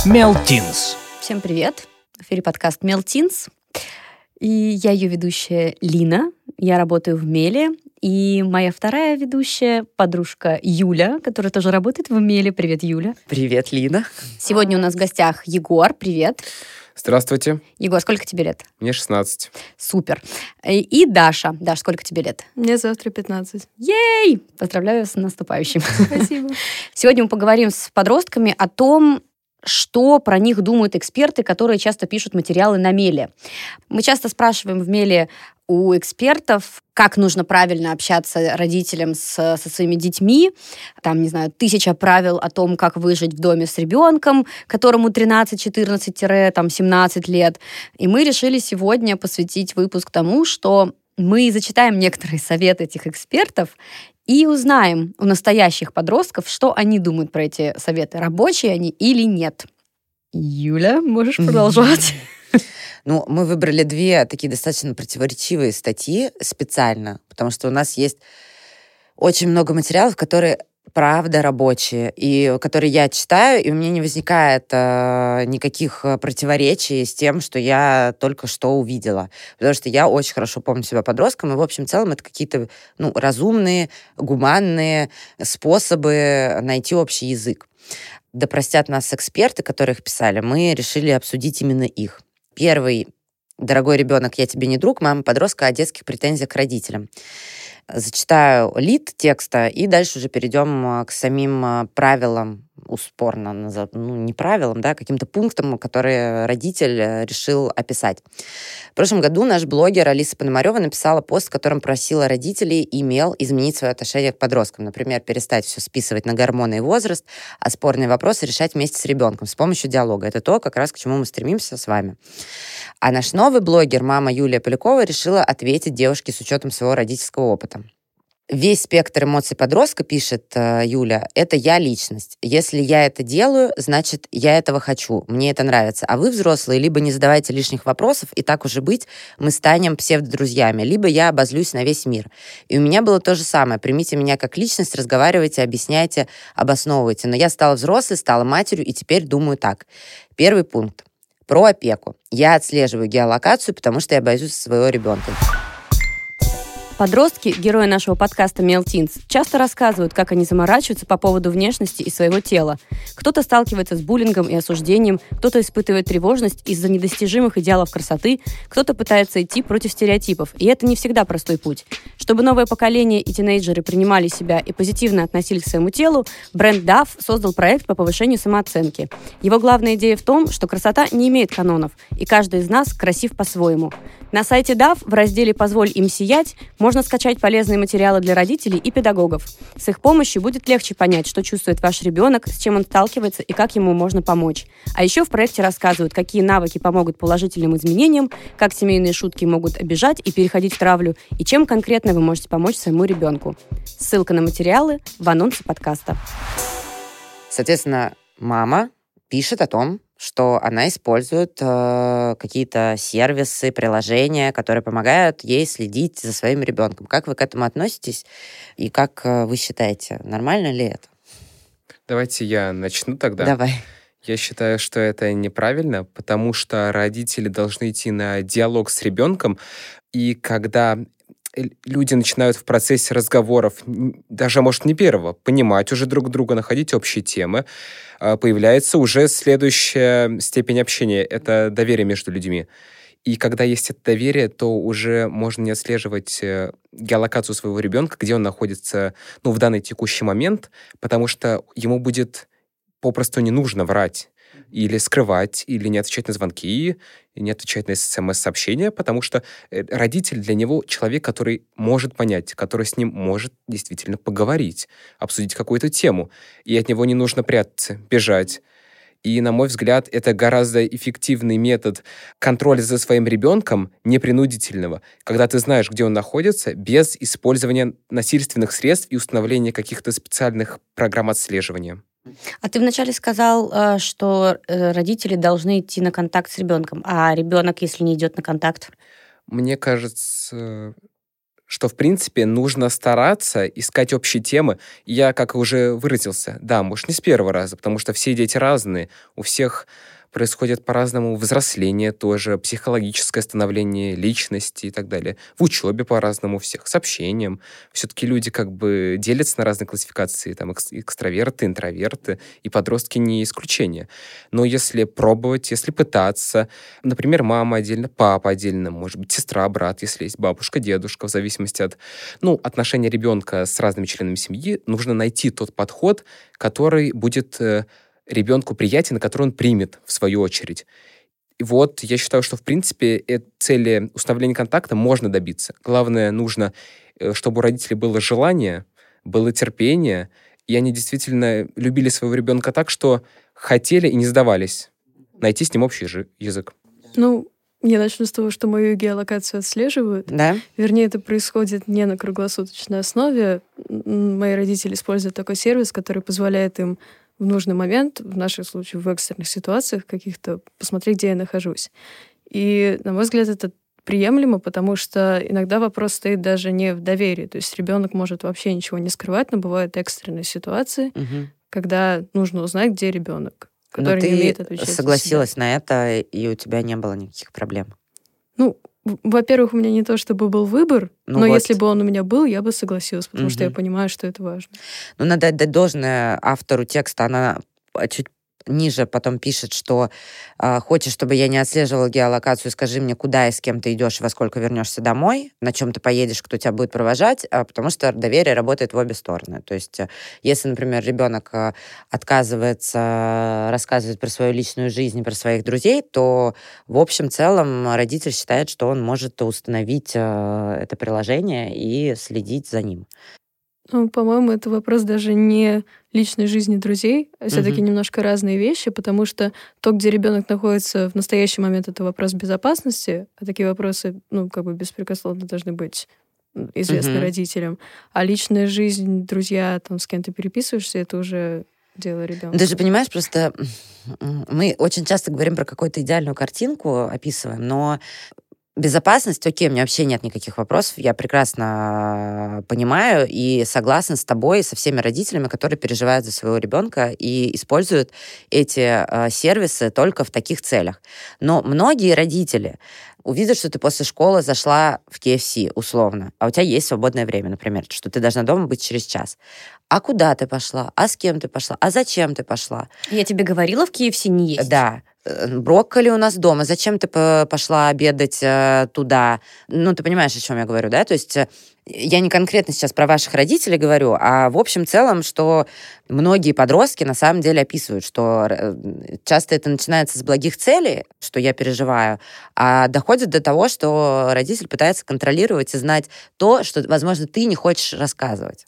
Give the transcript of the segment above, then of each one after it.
Мелтинс. Всем привет! В эфире подкаст Мелтинс. И я ее ведущая Лина. Я работаю в Меле. И моя вторая ведущая подружка Юля, которая тоже работает в Меле. Привет, Юля. Привет, Лина. Сегодня у нас в гостях Егор. Привет. Здравствуйте. Егор, сколько тебе лет? Мне 16. Супер. И Даша. Даш, сколько тебе лет? Мне завтра 15. Ей! Поздравляю с наступающим. Спасибо. Сегодня мы поговорим с подростками о том, что про них думают эксперты, которые часто пишут материалы на Меле. Мы часто спрашиваем в Меле у экспертов, как нужно правильно общаться родителям со своими детьми. Там, не знаю, 1000 правил о том, как выжить в доме с ребенком, которому 13-14-17 лет. И мы решили сегодня посвятить выпуск тому, что мы зачитаем некоторые советы этих экспертов и узнаем у настоящих подростков, что они думают про эти советы, рабочие они или нет. Юля, можешь продолжать? Ну, мы выбрали 2 такие достаточно противоречивые статьи специально, потому что у нас есть очень много материалов, которые правда рабочие, и которые я читаю, и у меня не возникает никаких противоречий с тем, что я только что увидела. Потому что я очень хорошо помню себя подростком, и, в общем, в целом, это какие-то разумные, гуманные способы найти общий язык. Да простят нас эксперты, которые их писали, мы решили обсудить именно их. Первый: «Дорогой ребенок, я тебе не друг», мама подростка о детских претензиях к родителям. Зачитаю лид текста, и дальше уже перейдем к самим правилам, спорно назовут, не правилам, да, каким-то пунктам, которые родитель решил описать. В прошлом году наш блогер Алиса Пономарева написала пост, в котором просила родителей и Мел изменить свое отношение к подросткам. Например, перестать все списывать на гормоны и возраст, а спорные вопросы решать вместе с ребенком с помощью диалога. Это то, как раз к чему мы стремимся с вами. А наш новый блогер, мама Юлия Полякова, решила ответить девушке с учетом своего родительского опыта. Весь спектр эмоций подростка, пишет Юля, это я личность. Если я это делаю, значит, я этого хочу, мне это нравится. А вы, взрослые, либо не задавайте лишних вопросов, и так уже быть, мы станем псевдодрузьями, либо я обозлюсь на весь мир. И у меня было то же самое. Примите меня как личность, разговаривайте, объясняйте, обосновывайте. Но я стала взрослой, стала матерью, и теперь думаю так. Первый пункт. Про опеку. Я отслеживаю геолокацию, потому что я боюсь своего ребенка. Подростки, герои нашего подкаста Мелтинс, часто рассказывают, как они заморачиваются по поводу внешности и своего тела. Кто-то сталкивается с буллингом и осуждением, кто-то испытывает тревожность из-за недостижимых идеалов красоты, кто-то пытается идти против стереотипов, и это не всегда простой путь. Чтобы новое поколение и тинейджеры принимали себя и позитивно относились к своему телу, бренд Dove создал проект по повышению самооценки. Его главная идея в том, что красота не имеет канонов, и каждый из нас красив по-своему. На сайте Dove в разделе «Позволь им сиять» можно скачать полезные материалы для родителей и педагогов. С их помощью будет легче понять, что чувствует ваш ребенок, с чем он сталкивается и как ему можно помочь. А еще в проекте рассказывают, какие навыки помогут положительным изменениям, как семейные шутки могут обижать и переходить в травлю, и чем конкретно вы можете помочь своему ребенку. Ссылка на материалы в анонсе подкаста. Соответственно, мама пишет о том, что она использует какие-то сервисы, приложения, которые помогают ей следить за своим ребенком. Как вы к этому относитесь и как вы считаете, нормально ли это? Давайте я начну тогда. Давай. Я считаю, что это неправильно, потому что родители должны идти на диалог с ребенком, и когда люди начинают в процессе разговоров, даже, может, не первого, понимать уже друг друга, находить общие темы, появляется уже следующая степень общения. Это доверие между людьми. И когда есть это доверие, то уже можно не отслеживать геолокацию своего ребенка, где он находится, в данный текущий момент, потому что ему будет попросту не нужно врать или скрывать, или не отвечать на звонки, и не отвечать на СМС-сообщения, потому что родитель для него человек, который может понять, который с ним может действительно поговорить, обсудить какую-то тему, и от него не нужно прятаться, бежать. И, на мой взгляд, это гораздо эффективный метод контроля за своим ребенком, непринудительного, когда ты знаешь, где он находится, без использования насильственных средств и установления каких-то специальных программ отслеживания. А ты вначале сказал, что родители должны идти на контакт с ребенком, а ребенок, если не идет на контакт? Мне кажется, что, в принципе, нужно стараться искать общие темы. И я, как уже выразился, да, может, не с первого раза, потому что все дети разные, у всех происходит по-разному взросление тоже, психологическое становление личности и так далее. В учебе по-разному у всех, с общением. Все-таки люди как бы делятся на разные классификации, там, экстраверты, интроверты, и подростки не исключение. Но если пробовать, если пытаться, например, мама отдельно, папа отдельно, может быть, сестра, брат, если есть бабушка, дедушка, в зависимости от, отношения ребенка с разными членами семьи, нужно найти тот подход, который будет ребенку приятен, и который он примет, в свою очередь. И вот я считаю, что, в принципе, цели установления контакта можно добиться. Главное, нужно, чтобы у родителей было желание, было терпение, и они действительно любили своего ребенка так, что хотели и не сдавались найти с ним общий язык. Я начну с того, что мою геолокацию отслеживают. Да? Вернее, это происходит не на круглосуточной основе. Мои родители используют такой сервис, который позволяет им в нужный момент, в нашем случае в экстренных ситуациях каких-то, посмотреть, где я нахожусь. И, на мой взгляд, это приемлемо, потому что иногда вопрос стоит даже не в доверии. То есть ребенок может вообще ничего не скрывать, но бывают экстренные ситуации, когда нужно узнать, где ребенок, который не умеет отвечать за себя. Ты согласилась на это, и у тебя не было никаких проблем? Во-первых, у меня не то чтобы был выбор, но если бы он у меня был, я бы согласилась, потому что я понимаю, что это важно. Надо отдать должное автору текста. Она чуть ниже потом пишет, что хочешь, чтобы я не отслеживала геолокацию, скажи мне, куда и с кем ты идешь, во сколько вернешься домой, на чем ты поедешь, кто тебя будет провожать, потому что доверие работает в обе стороны. То есть, если, например, ребенок отказывается рассказывать про свою личную жизнь, про своих друзей, то, в общем целом, родитель считает, что он может установить это приложение и следить за ним. По-моему, это вопрос даже не личной жизни друзей, а все-таки немножко разные вещи, потому что то, где ребенок находится в настоящий момент, это вопрос безопасности, а такие вопросы, беспрекословно должны быть известны родителям. А личная жизнь, друзья, с кем ты переписываешься, это уже дело ребенка. Ты же понимаешь, просто мы очень часто говорим про какую-то идеальную картинку, описываем, но безопасность, окей, у меня вообще нет никаких вопросов. Я прекрасно понимаю и согласна с тобой, со всеми родителями, которые переживают за своего ребенка и используют эти сервисы только в таких целях. Но многие родители увидят, что ты после школы зашла в KFC, условно, а у тебя есть свободное время, например, что ты должна дома быть через час. А куда ты пошла? А с кем ты пошла? А зачем ты пошла? Я тебе говорила, в KFC не есть. Да. Брокколи у нас дома. Зачем ты пошла обедать туда? Ты понимаешь, о чем я говорю, да? То есть я не конкретно сейчас про ваших родителей говорю, а в общем целом, что многие подростки на самом деле описывают, что часто это начинается с благих целей, что я переживаю, а доходит до того, что родитель пытается контролировать и знать то, что, возможно, ты не хочешь рассказывать.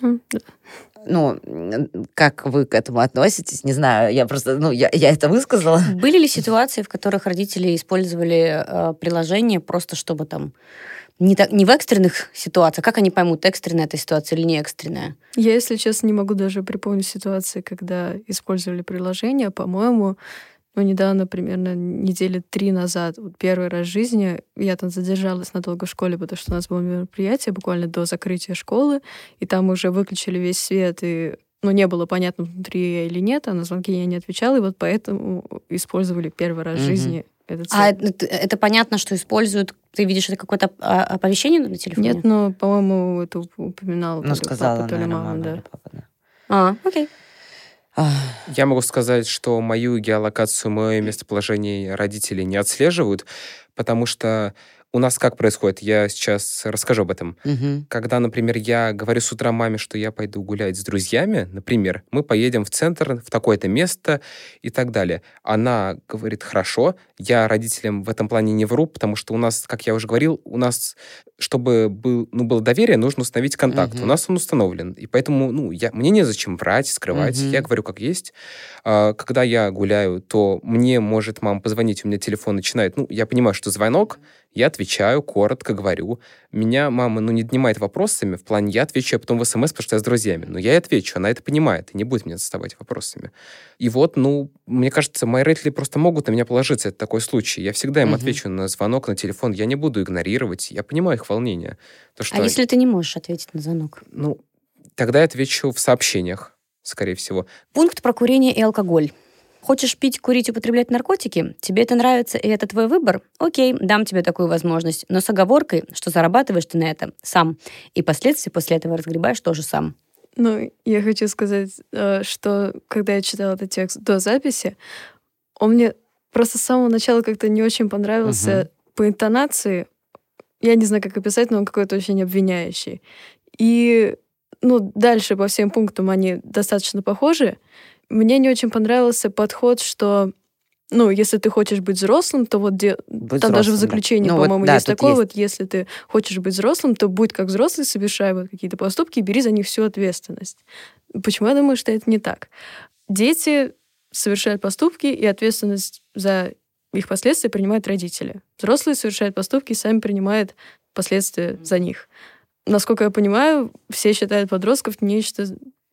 Как вы к этому относитесь? Не знаю, я просто, я это высказала. Были ли ситуации, в которых родители использовали приложение просто чтобы не в экстренных ситуациях, как они поймут, экстренная эта ситуация или не экстренная? Я, если честно, не могу даже припомнить ситуации, когда использовали приложение. По-моему, недавно, примерно недели 3 назад, первый раз в жизни, я задержалась надолго в школе, потому что у нас было мероприятие буквально до закрытия школы, и там уже выключили весь свет, и не было понятно, внутри я или нет, а на звонки я не отвечала, и вот поэтому использовали первый раз в жизни этот свет. А это понятно, что используют, ты видишь, это какое-то оповещение на телефоне? Нет, но, по-моему, это упоминал сказала, папа, то ли наверное, мама, да. Папа, да. Окей. Я могу сказать, что мою геолокацию, мое местоположение родители не отслеживают, потому что у нас как происходит? Я сейчас расскажу об этом. Когда, например, я говорю с утра маме, что я пойду гулять с друзьями, например, мы поедем в центр, в такое-то место и так далее. Она говорит, хорошо, я родителям в этом плане не вру, потому что у нас, как я уже говорил, чтобы было доверие, нужно установить контакт. У нас он установлен. И поэтому мне незачем врать, скрывать. Я говорю, как есть. Когда я гуляю, то мне может мама позвонить, у меня телефон начинает. Я понимаю, что звонок, Я отвечаю, коротко говорю. Меня мама, не донимает вопросами, в плане я отвечаю потом в СМС, потому что я с друзьями. Но я ей отвечу, она это понимает и не будет меня заставать вопросами. И вот, мне кажется, мои родители просто могут на меня положиться. Это такой случай. Я всегда им отвечу на звонок, на телефон. Я не буду игнорировать. Я понимаю их волнение. А если ты не можешь ответить на звонок? Тогда я отвечу в сообщениях, скорее всего. Пункт про курение и алкоголь. Хочешь пить, курить, употреблять наркотики? Тебе это нравится, и это твой выбор? Окей, дам тебе такую возможность. Но с оговоркой, что зарабатываешь ты на это сам. И последствия после этого разгребаешь тоже сам. Я хочу сказать, что когда я читала этот текст до записи, он мне просто с самого начала как-то не очень понравился по интонации. Я не знаю, как описать, но он какой-то очень обвиняющий. И, дальше по всем пунктам они достаточно похожи. Мне не очень понравился подход, что, если ты хочешь быть взрослым, то вот там взрослым, даже в заключении, по-моему, есть такое, вот если ты хочешь быть взрослым, то будь как взрослый, совершай вот какие-то поступки и бери за них всю ответственность. Почему я думаю, что это не так? Дети совершают поступки, и ответственность за их последствия принимают родители. Взрослые совершают поступки и сами принимают последствия за них. Насколько я понимаю, все считают подростков нечто,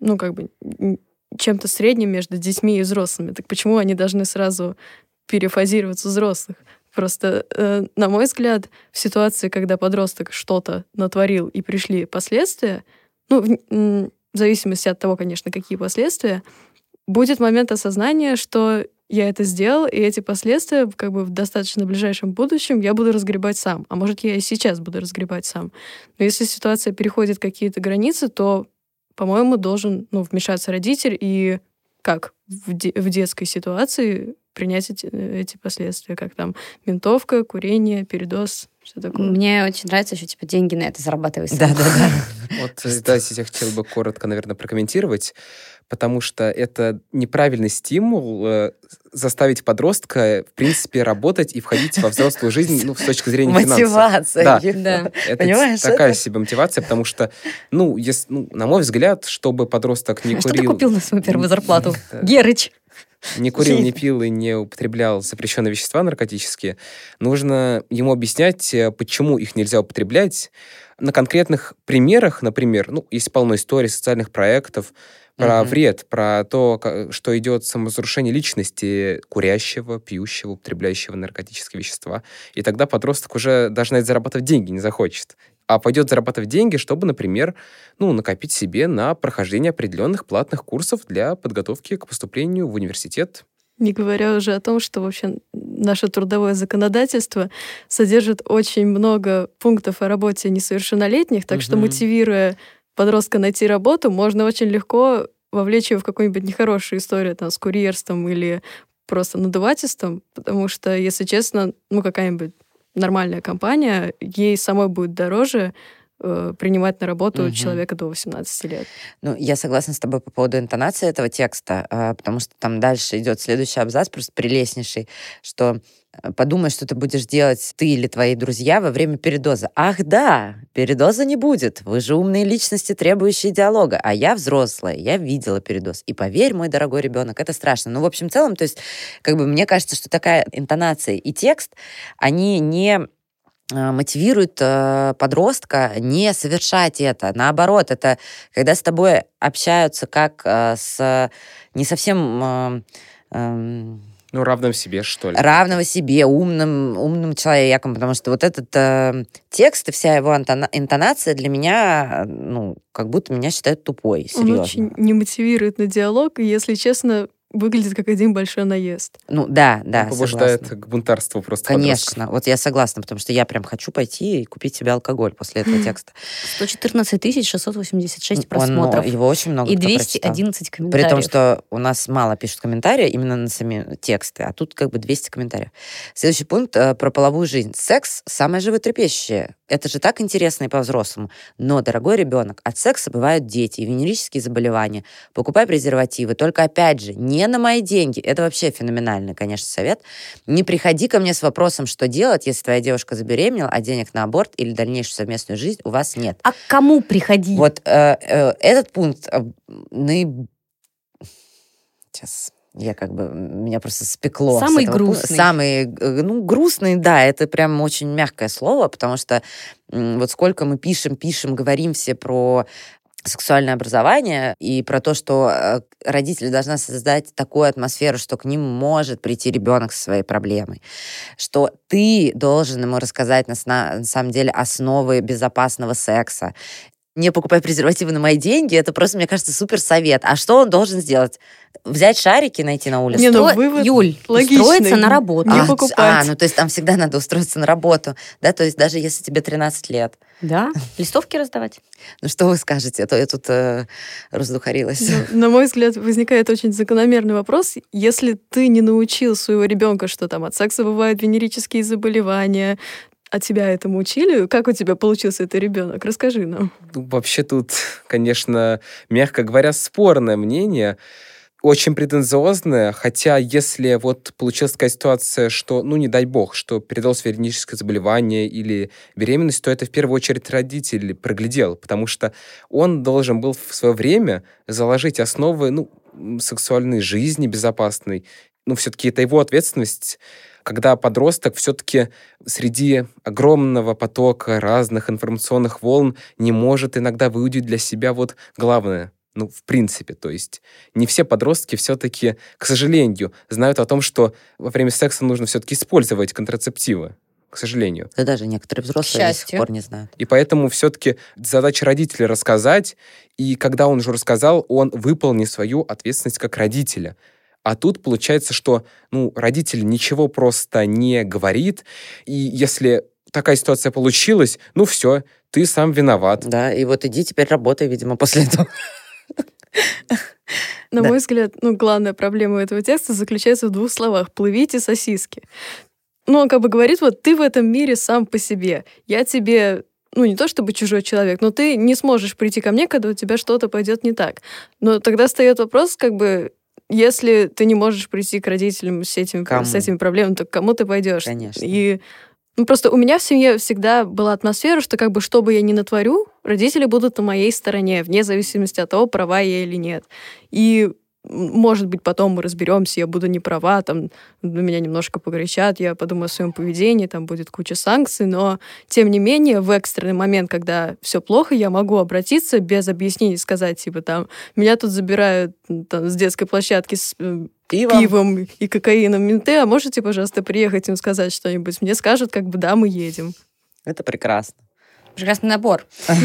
чем-то средним между детьми и взрослыми. Так почему они должны сразу перефазироваться взрослых? Просто, на мой взгляд, в ситуации, когда подросток что-то натворил и пришли последствия, в зависимости от того, конечно, какие последствия, будет момент осознания, что я это сделал, и эти последствия в достаточно ближайшем будущем я буду разгребать сам. А может, я и сейчас буду разгребать сам. Но если ситуация переходит какие-то границы, то, по-моему, должен вмешаться родитель и, как в детской ситуации, принять эти последствия, как там ментовка, курение, передоз, все такое. Мне очень нравится еще, деньги на это зарабатывай сам. Да. Вот здесь я хотел бы коротко, наверное, прокомментировать, потому что это неправильный стимул заставить подростка, в принципе, работать и входить во взрослую жизнь, с точки зрения финансов. Мотивация. Да. Это такая себе мотивация, потому что, на мой взгляд, чтобы подросток не курил... Что ты купил на свою первую зарплату? Герыч! Не курил, не пил и не употреблял запрещенные вещества наркотические, нужно ему объяснять, почему их нельзя употреблять. На конкретных примерах, например, есть полно историй, социальных проектов, про вред, про то, что идет саморазрушение личности курящего, пьющего, употребляющего наркотические вещества. И тогда подросток уже даже на это зарабатывать деньги не захочет. А пойдет зарабатывать деньги, чтобы, например, накопить себе на прохождение определенных платных курсов для подготовки к поступлению в университет. Не говоря уже о том, что вообще наше трудовое законодательство содержит очень много пунктов о работе несовершеннолетних, так что, мотивируя подростка найти работу, можно очень легко вовлечь его в какую-нибудь нехорошую историю с курьерством или просто надувательством, потому что, если честно, какая-нибудь нормальная компания, ей самой будет дороже принимать на работу человека до 18 лет. Я согласна с тобой по поводу интонации этого текста, потому что там дальше идет следующий абзац, просто прелестнейший, что подумай, что ты будешь делать ты или твои друзья во время передоза. Ах да, передоза не будет. Вы же умные личности, требующие диалога. А я взрослая, я видела передоз. И поверь, мой дорогой ребенок, это страшно. В общем, в целом, то есть, мне кажется, что такая интонация и текст, они не мотивирует подростка не совершать это. Наоборот, это когда с тобой общаются как с не совсем... равным себе, что ли. Равного себе, умным человеком, потому что вот этот текст и вся его интонация для меня, как будто меня считают тупой, серьезно. Он очень не мотивирует на диалог, и, если честно, выглядит как один большой наезд. Да, побуждает согласна. к бунтарству просто Конечно, подростков. вот я согласна, потому что я прям хочу пойти и купить себе алкоголь после этого текста. 114 686 просмотров. Его очень много и кто прочитал. 211 комментариев. При том, что у нас мало пишут комментарии именно на сами тексты, а тут 200 комментариев. Следующий пункт про половую жизнь. Секс самое животрепещущее. Это же так интересно и по-взрослому. Но, дорогой ребенок, от секса бывают дети и венерические заболевания. Покупай презервативы. Только, опять же, не на мои деньги. Это вообще феноменальный, конечно, совет. Не приходи ко мне с вопросом, что делать, если твоя девушка забеременела, а денег на аборт или дальнейшую совместную жизнь у вас нет. А к кому приходи? Вот этот пункт... Сейчас... меня просто спекло. Самый грустный. Самый, грустный, да, это прям очень мягкое слово, потому что вот сколько мы пишем, говорим все про сексуальное образование и про то, что родители должны создать такую атмосферу, что к ним может прийти ребенок со своей проблемой, что ты должен ему рассказать на самом деле основы безопасного секса. Не покупай презервативы на мои деньги, это просто, мне кажется, супер совет. А что он должен сделать? Взять шарики, найти на улице? Вывод Юль, логичный. устроиться на работу. Не покупать. То есть там всегда надо устроиться на работу, да, то есть даже если тебе 13 лет. Да, листовки раздавать. Ну что вы скажете, а то я тут раздухарилась. На мой взгляд, возникает очень закономерный вопрос. Если ты не научил своего ребенка, что там от секса бывают венерические заболевания, а тебя этому учили? Как у тебя получился этот ребенок? Расскажи нам. Вообще тут, конечно, мягко говоря, спорное мнение, очень претенциозное, хотя если вот получилась такая ситуация, что, не дай бог, что передалось венерическое заболевание или беременность, то это в первую очередь родитель проглядел, потому что он должен был в свое время заложить основы, сексуальной жизни безопасной. Все-таки это его ответственность, когда подросток все-таки среди огромного потока разных информационных волн не может иногда выудить для себя вот главное. В принципе, то есть не все подростки все-таки, к сожалению, знают о том, что во время секса нужно все-таки использовать контрацептивы, к сожалению. Да даже некоторые взрослые до сих пор не знают. И поэтому все-таки задача родителя рассказать, и когда он уже рассказал, он выполнит свою ответственность как родителя. А тут получается, что родитель ничего просто не говорит, и если такая ситуация получилась, все, ты сам виноват. Да, и вот иди теперь работай, видимо, после этого. На мой взгляд, главная проблема этого текста заключается в 2 словах: плывите, сосиски. Он говорит, вот ты в этом мире сам по себе. Я тебе, не то чтобы чужой человек, но ты не сможешь прийти ко мне, когда у тебя что-то пойдет не так. Но тогда встает вопрос, если ты не можешь прийти к родителям с этими проблемами, то к кому ты пойдешь? Конечно. И просто у меня в семье всегда была атмосфера, что что бы я ни натворю, родители будут на моей стороне, вне зависимости от того, права я или нет. И, может быть, потом мы разберемся, я буду не права, меня немножко погорячат, я подумаю о своем поведении, там будет куча санкций, но, тем не менее, в экстренный момент, когда все плохо, я могу обратиться без объяснений, сказать, меня тут забирают с детской площадки с пивом и кокаином менты, а можете, пожалуйста, приехать им сказать что-нибудь? Мне скажут, да, мы едем. Это прекрасно. Прекрасный набор.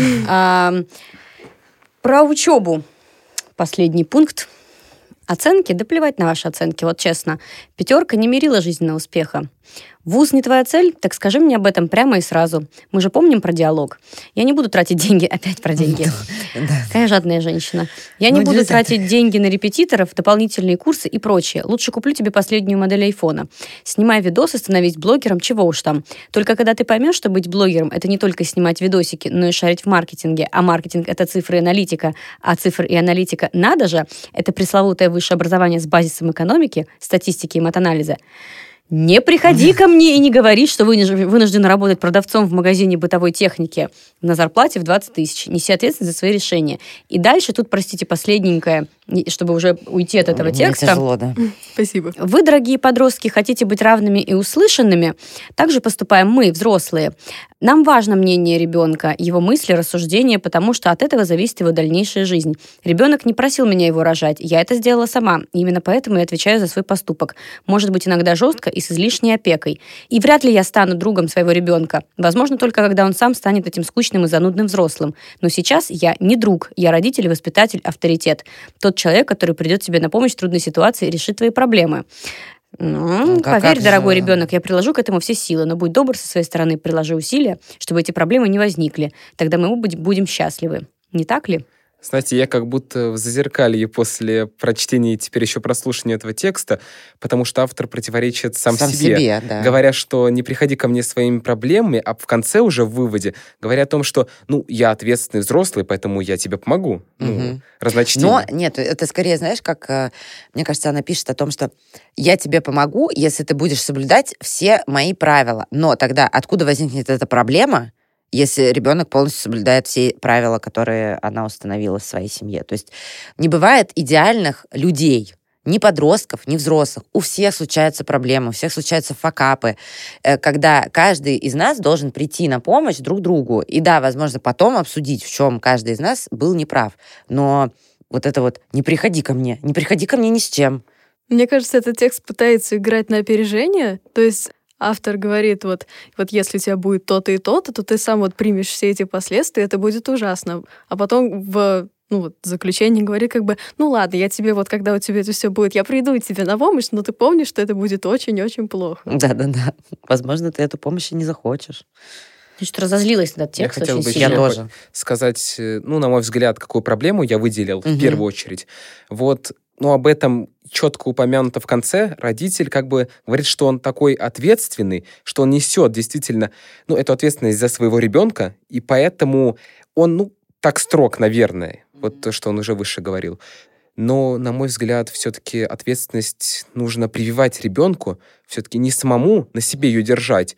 Про учебу. Последний пункт. Оценки? Да плевать на ваши оценки, вот честно. 5 не мерила жизненного успеха. Вуз не твоя цель? Так скажи мне об этом прямо и сразу. Мы же помним про диалог. Я не буду тратить деньги, опять про деньги. Какая жадная женщина. Я не буду тратить деньги на репетиторов, дополнительные курсы и прочее. Лучше куплю тебе последнюю модель айфона. Снимай видосы, становись блогером, чего уж там. Только когда ты поймешь, что быть блогером — это не только снимать видосики, но и шарить в маркетинге. А маркетинг — это цифры и аналитика. А цифры и аналитика, надо же, это пресловутое высшее образование с базисом экономики, статистики и матанализа. Не приходи ко мне и не говори, что вынужден работать продавцом в магазине бытовой техники на зарплате в 20 тысяч. Неси ответственность за свои решения. И дальше тут, простите, последненькое, чтобы уже уйти от этого текста. Тяжело, да. Спасибо. Вы, дорогие подростки, хотите быть равными и услышанными? Так же поступаем мы, взрослые. Нам важно мнение ребенка, его мысли, рассуждения, потому что от этого зависит его дальнейшая жизнь. Ребенок не просил меня его рожать, я это сделала сама. И именно поэтому я отвечаю за свой поступок. Может быть, иногда жестко и с излишней опекой. И вряд ли я стану другом своего ребенка. Возможно, только когда он сам станет этим скучным и занудным взрослым. Но сейчас я не друг, я родитель, воспитатель, авторитет. Тот человек, который придет тебе на помощь в трудной ситуации и решит твои проблемы. Поверь, дорогой ребенок, я приложу к этому все силы, но будь добр со своей стороны, приложи усилия, чтобы эти проблемы не возникли. Тогда мы будем счастливы. Не так ли? Знаете, я как будто в зазеркалье после прочтения и теперь еще прослушивания этого текста, потому что автор противоречит сам себе, да. Говоря, что не приходи ко мне своими проблемами, а в конце уже в выводе говоря о том, что, я ответственный взрослый, поэтому я тебе помогу. Разночтение. Но нет, это скорее, знаешь, как, мне кажется, она пишет о том, что я тебе помогу, если ты будешь соблюдать все мои правила. Но тогда откуда возникнет эта проблема, если ребенок полностью соблюдает все правила, которые она установила в своей семье? То есть не бывает идеальных людей, ни подростков, ни взрослых. У всех случаются проблемы, у всех случаются факапы, когда каждый из нас должен прийти на помощь друг другу. И да, возможно, потом обсудить, в чем каждый из нас был неправ. Но вот это вот «не приходи ко мне ни с чем». Мне кажется, этот текст пытается играть на опережение, то есть автор говорит, вот если у тебя будет то-то и то-то, то ты сам вот примешь все эти последствия, это будет ужасно. А потом в заключение говорит ну ладно, я тебе вот, когда у тебя это все будет, я приду тебе на помощь, но ты помнишь, что это будет очень-очень плохо. Да. Возможно, ты эту помощь и не захочешь. Я что-то разозлилась на этот текст. Я хотел бы еще сказать, на мой взгляд, какую проблему я выделил в первую очередь. Об этом четко упомянуто в конце. Родитель говорит, что он такой ответственный, что он несет действительно эту ответственность за своего ребенка, и поэтому он, так строг, наверное, вот то, что он уже выше говорил. Но, на мой взгляд, все-таки ответственность нужно прививать ребенку, все-таки не самому на себе ее держать,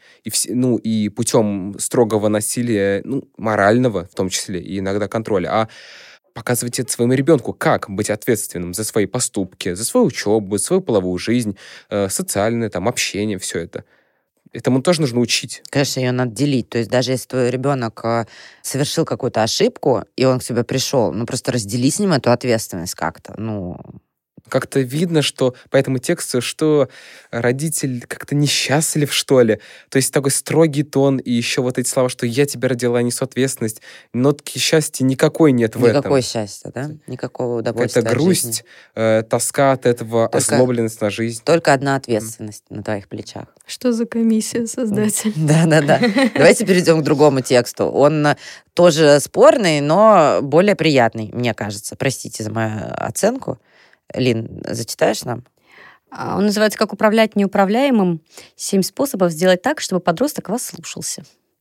и путем строгого насилия, морального в том числе, и иногда контроля, а показывать это своему ребенку, как быть ответственным за свои поступки, за свою учебу, свою половую жизнь, социальное общение, все это. Этому тоже нужно учить. Конечно, ее надо делить. То есть даже если твой ребенок совершил какую-то ошибку, и он к тебе пришел, просто раздели с ним эту ответственность как-то. Как-то видно, что по этому тексту, что родитель как-то несчастлив, что ли. То есть такой строгий тон, и еще вот эти слова, что я тебя родила, несу ответственность. Нотки счастья никакой нет в этом. Никакого счастья, да? Никакого удовольствия это грусть, тоска от этого, озлобленность на жизнь. Только одна ответственность на твоих плечах. Что за комиссия, создатель? Да. Давайте перейдем к другому тексту. Он тоже спорный, но более приятный, мне кажется. Простите за мою оценку. Лин, зачитаешь нам? Он называется «Как управлять неуправляемым. 7 способов сделать так, чтобы подросток вас слушался».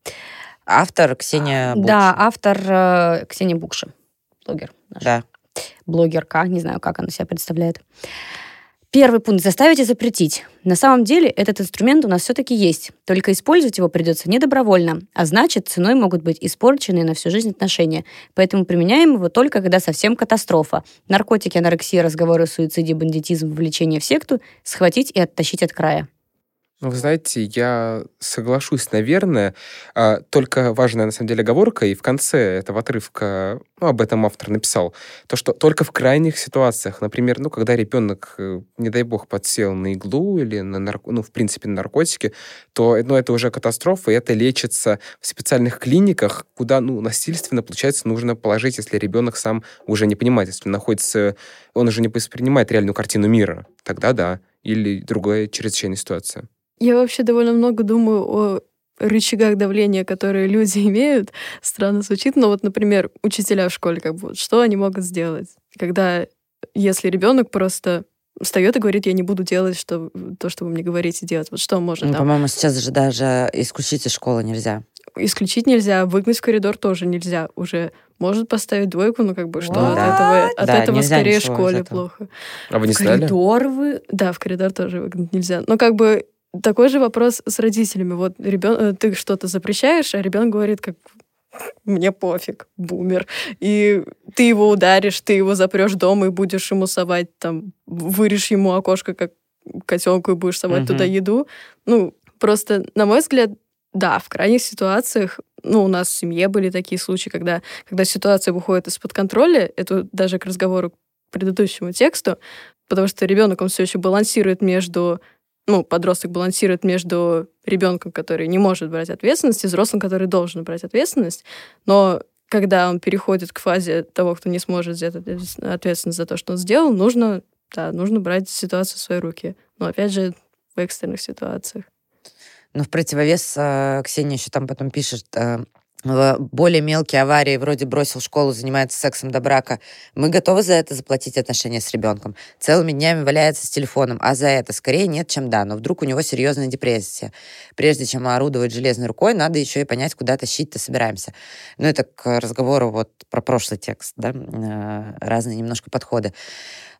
Автор Ксения Букша. Да, автор Ксения Букша. Блогер наш. Да. Блогерка, не знаю, как она себя представляет. Первый пункт. Заставить и запретить. На самом деле этот инструмент у нас все-таки есть. Только использовать его придется не добровольно, а значит, ценой могут быть испорченные на всю жизнь отношения. Поэтому применяем его только, когда совсем катастрофа. Наркотики, анорексия, разговоры о суициде, бандитизм, вовлечение в секту, схватить и оттащить от края. Вы знаете, я соглашусь, наверное, только важная, на самом деле, оговорка, и в конце этого отрывка об этом автор написал, то, что только в крайних ситуациях, например, когда ребенок, не дай бог, подсел на иглу или в принципе, на наркотики, то это уже катастрофа, и это лечится в специальных клиниках, куда, насильственно, получается, нужно положить, если ребенок сам уже не понимает, если он уже не воспринимает реальную картину мира, тогда да, или другая чрезвычайная ситуация. Я вообще довольно много думаю о рычагах давления, которые люди имеют. Странно звучит, но например, учителя в школе, что они могут сделать? Если ребенок просто встает и говорит, я не буду делать то, что вы мне говорите делать. Что можно там? По-моему, сейчас же даже исключить из школы нельзя. Исключить нельзя, выгнать в коридор тоже нельзя. Уже может поставить двойку, что от этого скорее школе плохо. А вы не знали? Коридор вы... Да, в коридор тоже выгнать нельзя. Но такой же вопрос с родителями. Ты что-то запрещаешь, а ребенок говорит, мне пофиг, бумер. И ты его ударишь, ты его запрешь дома и будешь ему совать, вырежь ему окошко, как котенку, и будешь совать туда еду. Просто, на мой взгляд, да, в крайних ситуациях, у нас в семье были такие случаи, когда ситуация выходит из-под контроля, это даже к разговору к предыдущему тексту, потому что ребенок, он все еще балансирует подросток балансирует между ребенком, который не может брать ответственность, и взрослым, который должен брать ответственность. Но когда он переходит к фазе того, кто не сможет взять ответственность за то, что он сделал, нужно брать ситуацию в свои руки. Но, опять же, в экстренных ситуациях. Но в противовес Ксения еще там потом пишет... более мелкие аварии, вроде бросил школу, занимается сексом до брака. Мы готовы за это заплатить отношения с ребенком. Целыми днями валяется с телефоном, а за это скорее нет, чем да. Но вдруг у него серьезная депрессия. Прежде чем орудовать железной рукой, надо еще и понять, куда тащить-то собираемся. Это к разговору про прошлый текст, да? Разные немножко подходы.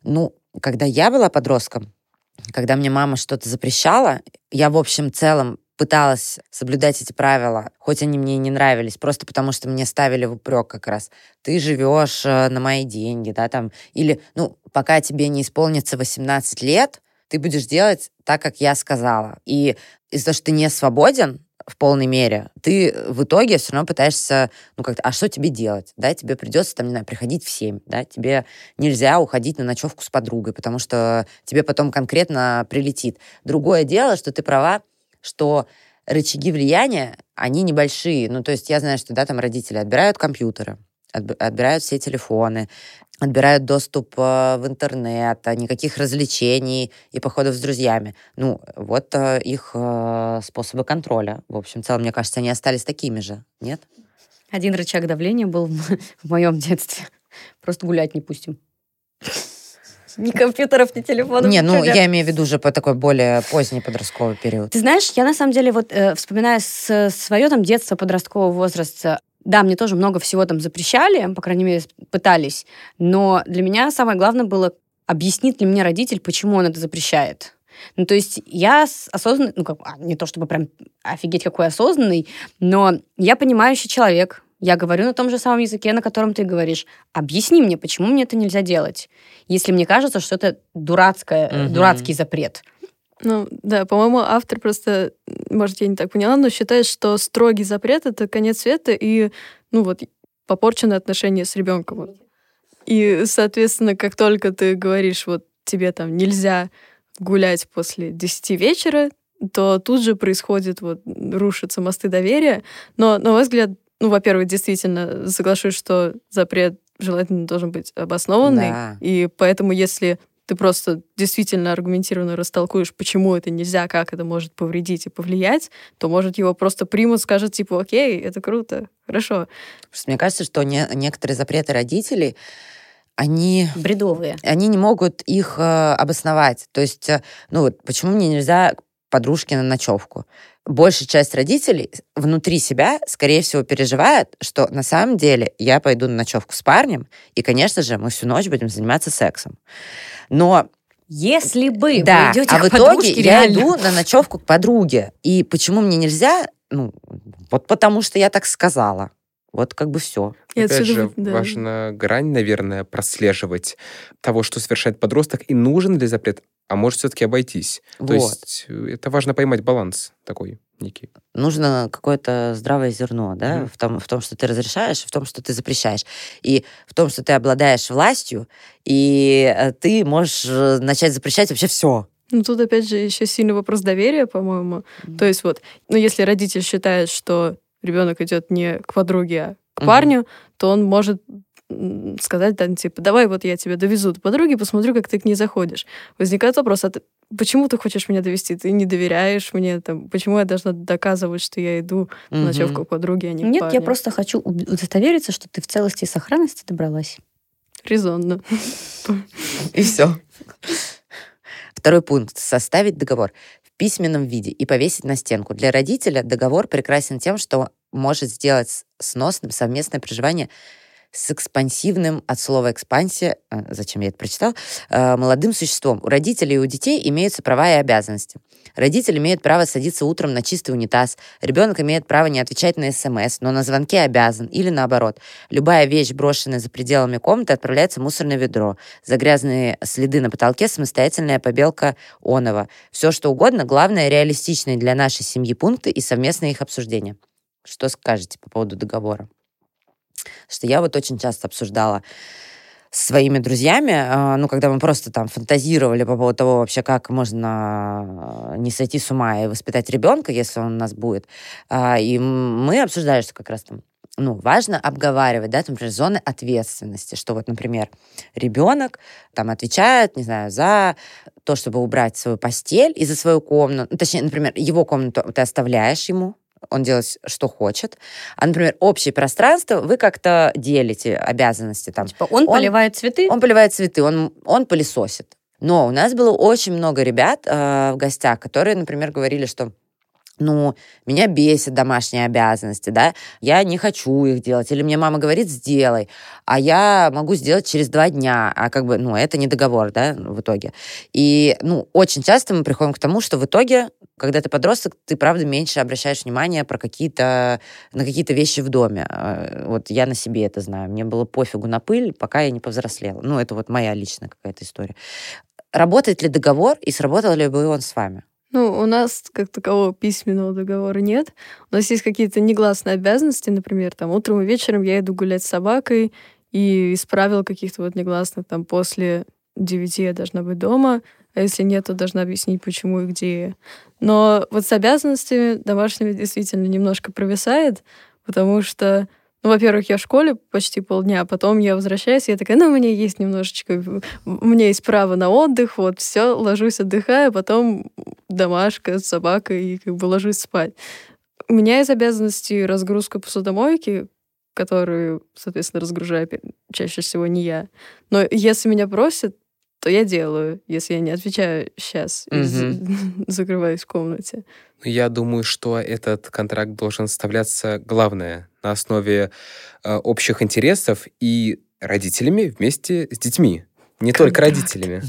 Когда я была подростком, когда мне мама что-то запрещала, я в общем целом пыталась соблюдать эти правила, хоть они мне и не нравились, просто потому что мне ставили в упрек как раз. Ты живешь на мои деньги, да, там, или, пока тебе не исполнится 18 лет, ты будешь делать так, как я сказала. И из-за того, что ты не свободен в полной мере, ты в итоге все равно пытаешься, а что тебе делать? Да, тебе придется, там, не знаю, приходить в 7, да, тебе нельзя уходить на ночевку с подругой, потому что тебе потом конкретно прилетит. Другое дело, что ты права, что рычаги влияния, они небольшие. То есть я знаю, что, да, там родители отбирают компьютеры, отбирают все телефоны, отбирают доступ в интернет, никаких развлечений и походов с друзьями. Вот их способы контроля. В общем, в целом, мне кажется, они остались такими же, нет? Один рычаг давления был в моем детстве. Просто гулять не пустим. Ни компьютеров, ни телефонов. Не, я имею в виду уже по такой более поздний подростковый период. Ты знаешь, я на самом деле вспоминая свое там детство, подросткового возраста, да, мне тоже много всего там запрещали, по крайней мере, пытались, но для меня самое главное было, объяснит ли мне родитель, почему он это запрещает. То есть я осознанный, не то чтобы прям офигеть какой осознанный, но я понимающий человек. Я говорю на том же самом языке, на котором ты говоришь. Объясни мне, почему мне это нельзя делать, если мне кажется, что это дурацкий запрет. Да, по-моему, автор просто, может, я не так поняла, но считает, что строгий запрет — это конец света и, попорченное отношение с ребенком. И, соответственно, как только ты говоришь, тебе там нельзя гулять после 10 вечера, то тут же происходит, рушатся мосты доверия. Но, на мой взгляд, во-первых, действительно, соглашусь, что запрет желательно должен быть обоснованный. Да. И поэтому, если ты просто действительно аргументированно растолкуешь, почему это нельзя, как это может повредить и повлиять, то, может, его просто примут, скажут, окей, это круто, хорошо. Просто мне кажется, что некоторые запреты родителей, они... бредовые. Они не могут их обосновать. То есть, почему мне нельзя к подружке на ночевку? Большая часть родителей внутри себя, скорее всего, переживает, что на самом деле я пойду на ночевку с парнем, и, конечно же, мы всю ночь будем заниматься сексом. Но если бы вы идете к в итоге я иду на ночевку к подруге. И почему мне нельзя? Потому что я так сказала. Все. Опять же, важна грань, наверное, прослеживать того, что совершает подросток, и нужен ли запрет, а может все-таки обойтись. То есть это важно поймать баланс такой некий. Нужно какое-то здравое зерно, да, в том, что ты разрешаешь, в том, что ты запрещаешь. И в том, что ты обладаешь властью, и ты можешь начать запрещать вообще все. Тут, опять же, еще сильный вопрос доверия, по-моему. То есть если родитель считает, что ребенок идет не к подруге, а к парню, то он может сказать, давай я тебя довезу до подруги, посмотрю, как ты к ней заходишь. Возникает вопрос, почему ты хочешь меня довести? Ты не доверяешь мне? Почему я должна доказывать, что я иду на ночевку к подруге, а не к парню? Нет, я просто хочу удостовериться, что ты в целости и сохранности добралась. Резонно. И все. Второй пункт. Составить договор в письменном виде и повесить на стенку. Для родителя договор прекрасен тем, что может сделать сносным совместное проживание с экспансивным, от слова экспансия, зачем я это прочитал, молодым существом. У родителей и у детей имеются права и обязанности. Родитель имеет право садиться утром на чистый унитаз. Ребенок имеет право не отвечать на СМС, но на звонки обязан. Или наоборот. Любая вещь, брошенная за пределами комнаты, отправляется в мусорное ведро. За грязные следы на потолке самостоятельная побелка онова. Все, что угодно, главное, реалистичные для нашей семьи пункты и совместное их обсуждение. Что скажете по поводу договора? Что я очень часто обсуждала с своими друзьями, когда мы просто там фантазировали по поводу того вообще, как можно не сойти с ума и воспитать ребенка, если он у нас будет. И мы обсуждали, что как раз там важно обговаривать, да, например, зоны ответственности, что например, ребенок там отвечает, не знаю, за то, чтобы убрать свою постель и за свою комнату. Точнее, например, его комнату ты оставляешь ему, он делает, что хочет. А, например, общее пространство вы как-то делите обязанности. Там. Он поливает цветы? Он поливает цветы, он пылесосит. Но у нас было очень много ребят в гостях, которые, например, говорили, что меня бесит домашние обязанности, да, я не хочу их делать, или мне мама говорит, сделай, а я могу сделать через 2 дня, а это не договор, да, в итоге. И, очень часто мы приходим к тому, что в итоге, когда ты подросток, ты, правда, меньше обращаешь внимание на какие-то вещи в доме. Вот я на себе это знаю. Мне было пофигу на пыль, пока я не повзрослела. Это вот моя личная какая-то история. Работает ли договор, и сработал ли бы он с вами? У нас как такового письменного договора нет. У нас есть какие-то негласные обязанности, например, утром и вечером я иду гулять с собакой, и из правил каких-то негласных, после 9 я должна быть дома, а если нет, то должна объяснить, почему и где я. Но с обязанностями домашними действительно немножко провисает, потому что, во-первых, я в школе почти полдня, а потом я возвращаюсь, и я такая, у меня есть немножечко, у меня есть право на отдых, все, ложусь, отдыхаю, потом домашка с собакой, и ложусь спать. У меня из обязанностей разгрузка посудомойки, которую, соответственно, разгружаю чаще всего не я. Но если меня просят, то я делаю, если я не отвечаю сейчас и закрываюсь в комнате. Я думаю, что этот контракт должен составляться, главное, на основе общих интересов и родителями вместе с детьми. Не только родителями.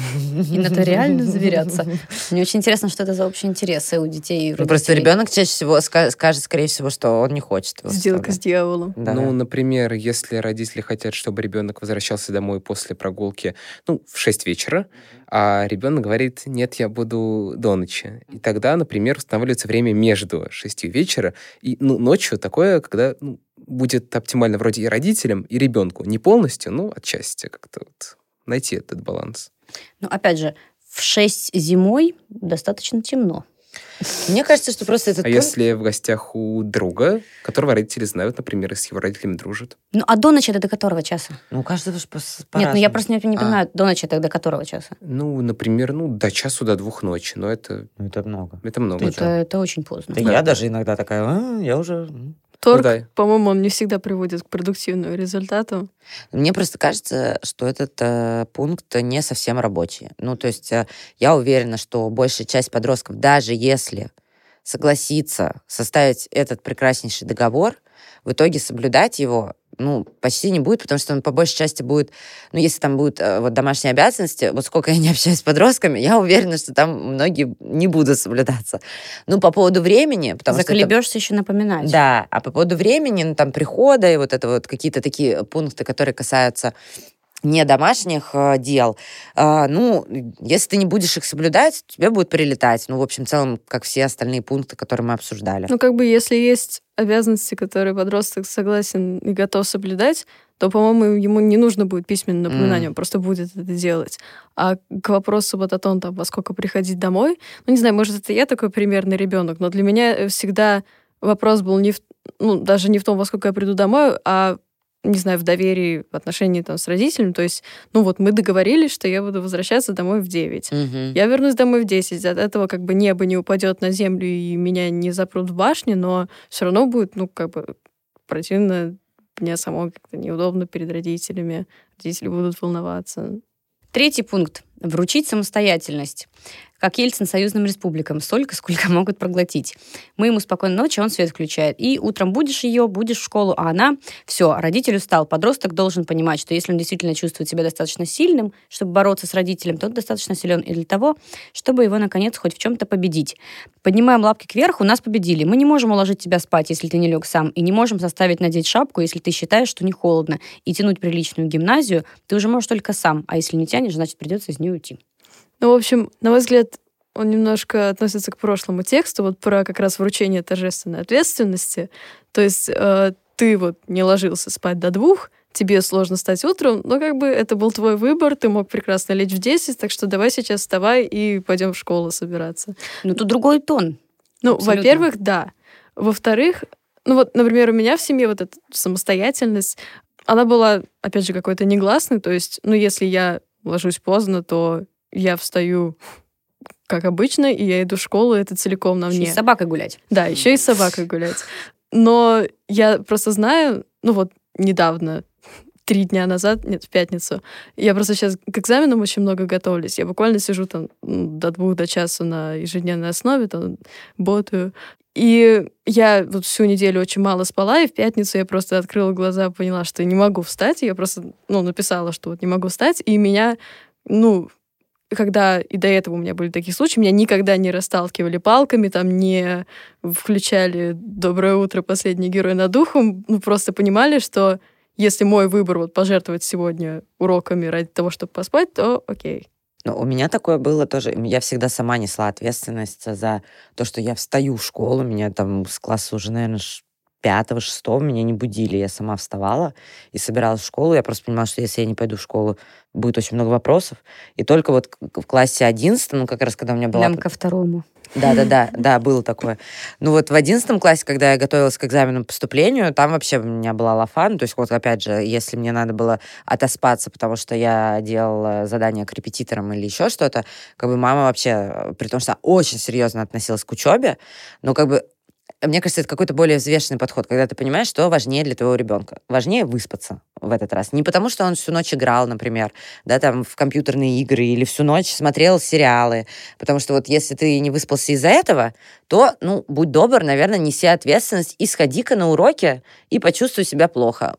И нотариально заверяться. Мне очень интересно, что это за общие интересы у детей и родителей. Просто ребенок чаще всего скажет, скорее всего, что он не хочет его. Сделка с дьяволом. Да. Например, если родители хотят, чтобы ребенок возвращался домой после прогулки, в 6 вечера, а ребенок говорит, нет, я буду до ночи. И тогда, например, устанавливается время между 6 вечера и ночью такое, когда будет оптимально вроде и родителям, и ребенку. Не полностью, но отчасти как-то найти этот баланс. Опять же, в 6 зимой достаточно темно. Мне кажется, что просто этот... если в гостях у друга, которого родители знают, например, и с его родителями дружат? А до ночи это до которого часа? У каждого же по-разному. Нет, я просто не понимаю, до ночи это до которого часа? Например, до часу, до 2 ночи. Но это... Это много. Это много, это очень поздно. Да. Я даже иногда такая, я уже... Торг, по-моему, он не всегда приводит к продуктивным результатам. Мне просто кажется, что этот пункт не совсем рабочий. То есть я уверена, что большая часть подростков, даже если согласится составить этот прекраснейший договор, в итоге соблюдать его почти не будет, потому что он по большей части будет, если там будут домашние обязанности, сколько я не общаюсь с подростками, я уверена, что там многие не будут соблюдаться. По поводу времени, потому заколебешься еще напоминать. Да, а по поводу времени, прихода и это какие-то такие пункты, которые касаются не домашних дел, если ты не будешь их соблюдать, тебе будет прилетать. В общем, в целом, как все остальные пункты, которые мы обсуждали. Если есть обязанности, которые подросток согласен и готов соблюдать, то, по-моему, ему не нужно будет письменное напоминание, он просто будет это делать. А к вопросу о том, во сколько приходить домой, не знаю, может, это я такой примерный ребенок, но для меня всегда вопрос был даже не в том, во сколько я приду домой, а не знаю, в доверии, в отношении с родителями. То есть, мы договорились, что я буду возвращаться домой в 9. Я вернусь домой в 10. От этого небо не упадет на землю и меня не запрут в башне, но все равно будет, противно, мне самой как-то неудобно перед родителями. Родители будут волноваться. 3 пункт. Вручить самостоятельность. Как Ельцин союзным республикам. Столько, сколько могут проглотить. Мы ему спокойной ночи, он свет включает. И утром будешь в школу, а она... Все, родитель устал. Подросток должен понимать, что если он действительно чувствует себя достаточно сильным, чтобы бороться с родителем, то он достаточно силен и для того, чтобы его, наконец, хоть в чем-то победить. Поднимаем лапки кверху, нас победили. Мы не можем уложить тебя спать, если ты не лег сам, и не можем заставить надеть шапку, если ты считаешь, что не холодно. И тянуть приличную гимназию ты уже можешь только сам, а если не тянешь, значит, придется из нее уйти. В общем, на мой взгляд, он немножко относится к прошлому тексту, про как раз вручение торжественной ответственности. То есть ты не ложился спать до 2, тебе сложно встать утром, но это был твой выбор, ты мог прекрасно лечь в 10, так что давай сейчас вставай и пойдем в школу собираться. Тут другой тон. Во-первых, да. Во-вторых, например, у меня в семье эта самостоятельность, она была, опять же, какой-то негласной, то есть, если я ложусь поздно, то я встаю, как обычно, и я иду в школу, это целиком на мне. Еще и с собакой гулять. Да, еще и с собакой гулять. Но я просто знаю, недавно 3 дня назад, нет, в пятницу. Я просто сейчас к экзаменам очень много готовлюсь. Я буквально сижу там до 2 до часа на ежедневной основе, там, ботаю. И я вот всю неделю очень мало спала, и в пятницу я просто открыла глаза, поняла, что не могу встать. Я просто, написала, что вот не могу встать, и меня, когда и до этого у меня были такие случаи, меня никогда не расталкивали палками, там не включали «Доброе утро, последний герой над духом», просто понимали, что если мой выбор вот пожертвовать сегодня уроками ради того, чтобы поспать, то окей. У меня такое было тоже. Я всегда сама несла ответственность за то, что я встаю в школу. Меня там с класса уже, наверное, 5-6 меня не будили. Я сама вставала и собиралась в школу. Я просто понимала, что если я не пойду в школу, будет очень много вопросов. И только вот в классе 11, как раз когда у меня была... Прям ко второму. Да, было такое. Вот в 11 классе, когда я готовилась к экзамену по поступлению, там вообще у меня была лафа. То есть вот опять же, если мне надо было отоспаться, потому что я делала задания к репетиторам или еще что-то, мама вообще, при том, что она очень серьезно относилась к учебе, мне кажется, это какой-то более взвешенный подход, когда ты понимаешь, что важнее для твоего ребенка. Важнее выспаться в этот раз. Не потому, что он всю ночь играл, например, в компьютерные игры или всю ночь смотрел сериалы. Потому что вот если ты не выспался из-за этого, то, будь добр, наверное, неси ответственность и сходи-ка на уроки и почувствуй себя плохо.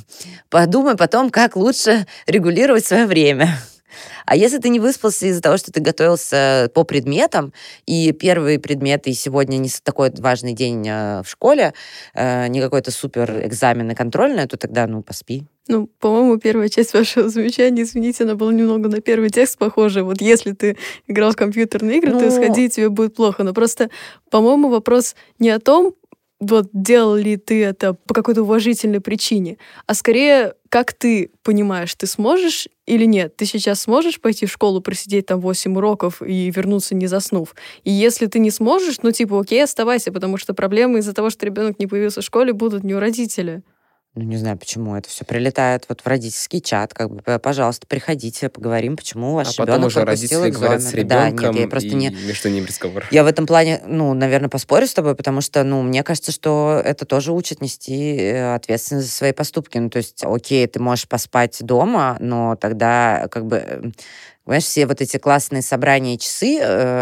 Подумай потом, как лучше регулировать свое время. А если ты не выспался из-за того, что ты готовился по предметам, и первые предметы, и сегодня не такой важный день в школе, не какой-то супер экзамен и контрольный, то тогда, поспи. По-моему, первая часть вашего замечания, извините, она была немного на первый текст похожа. Вот если ты играл в компьютерные игры, то сходи, тебе будет плохо. Но просто, по-моему, вопрос не о том, делал ли ты это по какой-то уважительной причине, а скорее, как ты понимаешь, ты сможешь или нет? Ты сейчас сможешь пойти в школу, просидеть там 8 уроков и вернуться не заснув? И если ты не сможешь, окей, оставайся, потому что проблемы из-за того, что ребенок не появился в школе, будут не у родителя. Не знаю, почему это все прилетает в родительский чат. Пожалуйста, приходите, поговорим, почему ваш ребенок потом уже родители говорят с ребенком, я просто не... между ними разговор. Я в этом плане, наверное, поспорю с тобой, потому что, мне кажется, что это тоже учит нести ответственность за свои поступки. То есть, окей, ты можешь поспать дома, но тогда, понимаешь, все вот эти классные собрания и часы,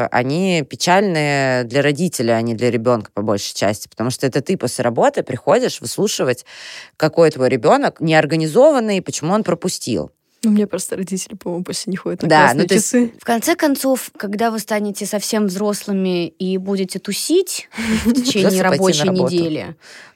они печальные для родителя, а не для ребенка по большей части, потому что это ты после работы приходишь выслушивать, какой твой ребенок неорганизованный, почему он пропустил. Мне просто родители, по-моему, после не ходят на классные часы. В конце концов, когда вы станете совсем взрослыми и будете тусить в течение рабочей недели,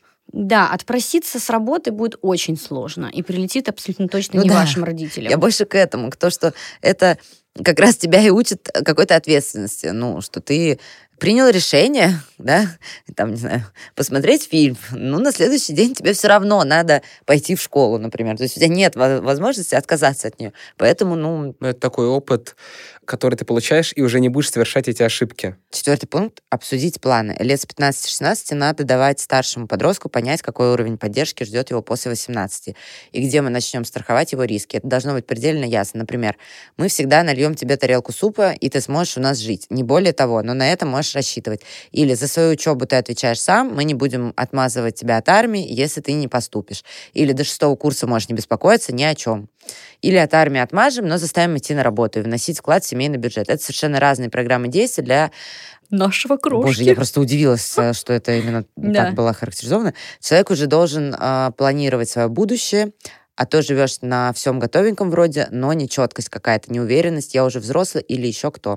да, отпроситься с работы будет очень сложно. И прилетит абсолютно точно не вашим родителям. Я больше к этому, к тому, что это как раз тебя и учит какой-то ответственности. Что ты принял решение, да, не знаю, посмотреть фильм, на следующий день тебе все равно надо пойти в школу, например. То есть у тебя нет возможности отказаться от нее. Поэтому, Это такой опыт, который ты получаешь, и уже не будешь совершать эти ошибки. 4 пункт — обсудить планы. Лет с 15-16 надо давать старшему подростку понять, какой уровень поддержки ждет его после 18, и где мы начнем страховать его риски. Это должно быть предельно ясно. Например, мы всегда нальем тебе тарелку супа, и ты сможешь у нас жить. Не более того, но на это можешь рассчитывать. Или за свою учебу ты отвечаешь сам, мы не будем отмазывать тебя от армии, если ты не поступишь. Или до 6 курса можешь не беспокоиться ни о чем. Или от армии отмажем, но заставим идти на работу и вносить вклад в семейный бюджет. Это совершенно разные программы действий для нашего крошки. Боже, я просто удивилась, что это именно так было характеризовано. Человек уже должен планировать свое будущее, а то живешь на всем готовеньком вроде, но нечеткость какая-то, неуверенность, я уже взрослый или еще кто.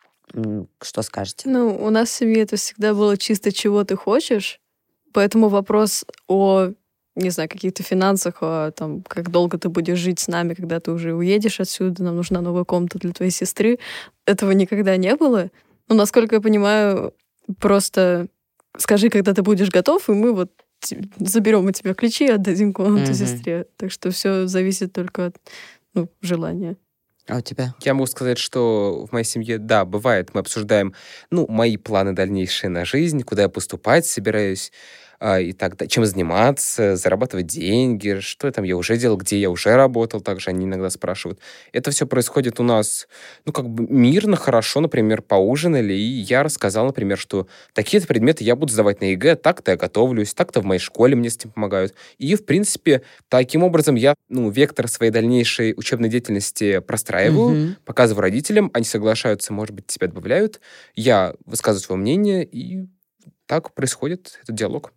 Что скажете? У нас в семье это всегда было чисто чего ты хочешь, поэтому вопрос о, не знаю, каких-то финансах, как долго ты будешь жить с нами, когда ты уже уедешь отсюда, нам нужна новая комната для твоей сестры, этого никогда не было. Насколько я понимаю, просто скажи, когда ты будешь готов, и мы заберем у тебя ключи и отдадим комнату сестре. Так что все зависит только от желания. А у тебя? Я могу сказать, что в моей семье, да, бывает, мы обсуждаем, мои планы дальнейшие на жизнь, куда я поступать собираюсь. и так далее, чем заниматься, зарабатывать деньги, что там я уже делал, где я уже работал, также они иногда спрашивают. Это все происходит у нас, мирно, хорошо, например, поужинали, и я рассказал, например, что такие-то предметы я буду сдавать на ЕГЭ, так-то я готовлюсь, так-то в моей школе мне с этим помогают. И, в принципе, таким образом я, вектор своей дальнейшей учебной деятельности простраиваю, показываю родителям, они соглашаются, может быть, тебя добавляют, я высказываю свое мнение, и так происходит этот диалог.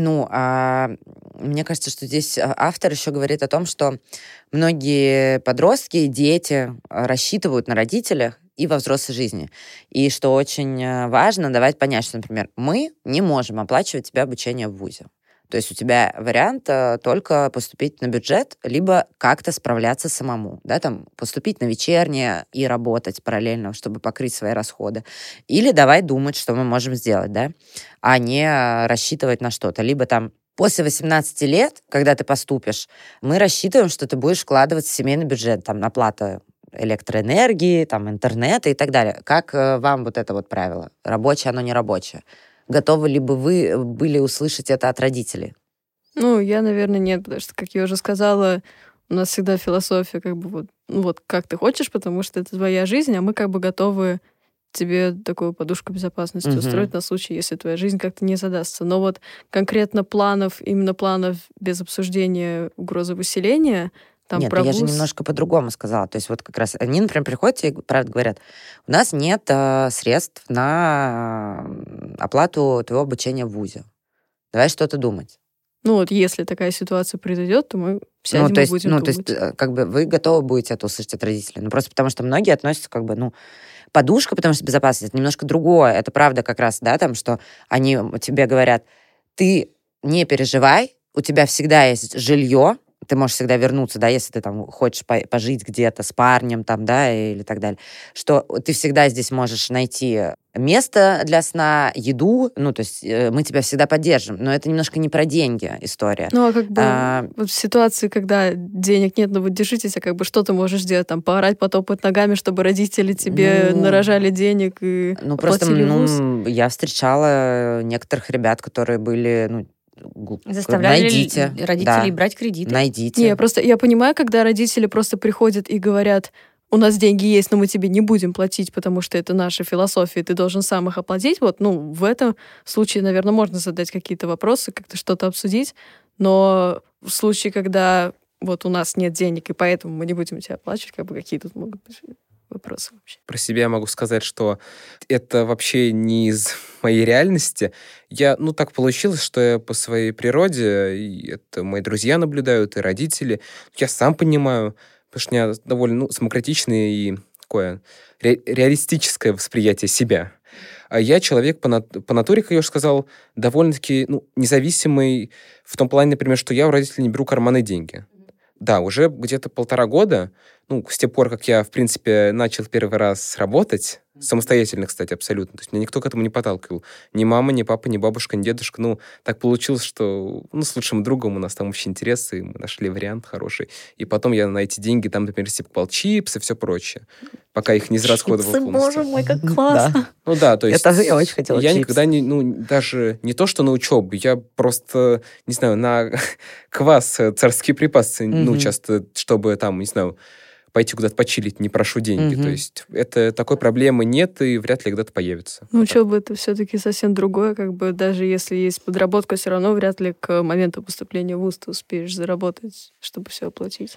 Мне кажется, что здесь автор еще говорит о том, что многие подростки и дети рассчитывают на родителях и во взрослой жизни. И что очень важно давать понять, что, например, мы не можем оплачивать тебе обучение в вузе. То есть у тебя вариант только поступить на бюджет, либо как-то справляться самому, да, там, поступить на вечернее и работать параллельно, чтобы покрыть свои расходы. Или давай думать, что мы можем сделать, да, а не рассчитывать на что-то. Либо там после 18 лет, когда ты поступишь, мы рассчитываем, что ты будешь вкладывать в семейный бюджет, там, на плату электроэнергии, там, интернета и так далее. Как вам вот это вот правило? Рабочее, оно не рабочее? Готовы ли бы вы были услышать это от родителей? Я, наверное, нет, потому что, как я уже сказала, у нас всегда философия вот как ты хочешь, потому что это твоя жизнь, а мы готовы тебе такую подушку безопасности устроить на случай, если твоя жизнь как-то не задастся. Но вот конкретно именно планов без обсуждения угрозы выселения, Нет, я же немножко по-другому сказала. То есть вот как раз они, например, приходят и правда говорят, у нас нет средств на оплату твоего обучения в вузе. Давай что-то думать. Если такая ситуация произойдет, то мы сядем и будем думать. То есть, вы готовы будете это услышать от родителей. Просто потому что многие относятся подушка, потому что безопасность, это немножко другое. Это правда как раз, да, там, что они тебе говорят, ты не переживай, у тебя всегда есть жилье, ты можешь всегда вернуться, да, если ты там хочешь пожить где-то с парнем, там, да, или так далее, что ты всегда здесь можешь найти место для сна, еду, то есть мы тебя всегда поддержим, но это немножко не про деньги история. Вот в ситуации, когда денег нет, вы держитесь, что ты можешь сделать, там, поорать, потопать ногами, чтобы родители тебе нарожали денег и оплатили вуз? Я встречала некоторых ребят, которые были, заставляли родителей брать кредиты? Найдите. Я понимаю, когда родители просто приходят и говорят, у нас деньги есть, но мы тебе не будем платить, потому что это наша философия, ты должен сам их оплатить. В этом случае, наверное, можно задать какие-то вопросы, как-то что-то обсудить, но в случае, когда у нас нет денег, и поэтому мы не будем тебя оплачивать, какие тут могут быть вопросы вообще? Про себя могу сказать, что это вообще не из моей реальности. Так получилось, что я по своей природе, и это мои друзья наблюдают, и родители, я сам понимаю, потому что у меня довольно самокритичное и такое реалистическое восприятие себя. А я человек по натуре, как я уже сказал, довольно-таки независимый в том плане, например, что я у родителей не беру карманные деньги. Да, уже где-то 1,5 года, с тех пор, как я, в принципе, начал первый раз работать, самостоятельно, кстати, абсолютно, то есть меня никто к этому не подталкивал. Ни мама, ни папа, ни бабушка, ни дедушка. Так получилось, что с лучшим другом у нас там общие интересы, и мы нашли вариант хороший. И потом я на эти деньги там, например, покупал чипсы и все прочее, пока их не израсходовал полностью. Боже мой, как классно! То есть... Я очень хотела я чипсы. Никогда даже не то, что на учебу, я просто, не знаю, на квас, царские припасы, часто, чтобы там, не знаю, пойти куда-то почилить, не прошу деньги. То есть такой проблемы нет и вряд ли когда-то появится. Учеба — это все-таки совсем другое. Даже если есть подработка, все равно вряд ли к моменту поступления в вуз ты успеешь заработать, чтобы все оплатить.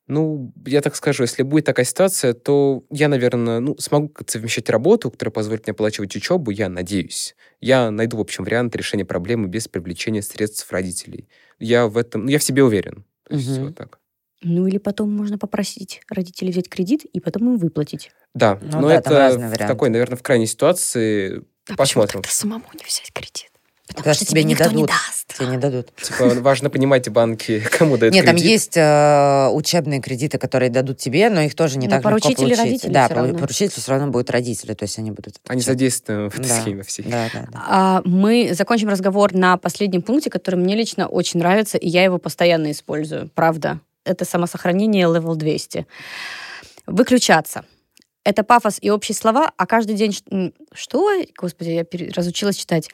Я так скажу, если будет такая ситуация, то я, наверное, смогу совмещать работу, которая позволит мне оплачивать учебу, я надеюсь. Я найду, в общем, вариант решения проблемы без привлечения средств родителей. Я в себе уверен. То есть вот так. Или потом можно попросить родителей взять кредит и потом им выплатить. Да, но это в такой, наверное, в крайней ситуации. Посмотрим. Почему тогда самому не взять кредит? Потому что тебе никто не даст. Тебе не дадут. Важно понимать банки, кому дают кредит. Нет, там есть учебные кредиты, которые дадут тебе, но их тоже не так легко получить. Поручители родители да, все равно. поручители все равно будут родители, то есть они будут... Они задействованы в этой схеме всей. Да. Мы закончим разговор на последнем пункте, который мне лично очень нравится, и я его постоянно использую. Правда. Это самосохранение level 200. Выключаться. Это пафос и общие слова, а каждый день... Что? Господи, я разучилась читать.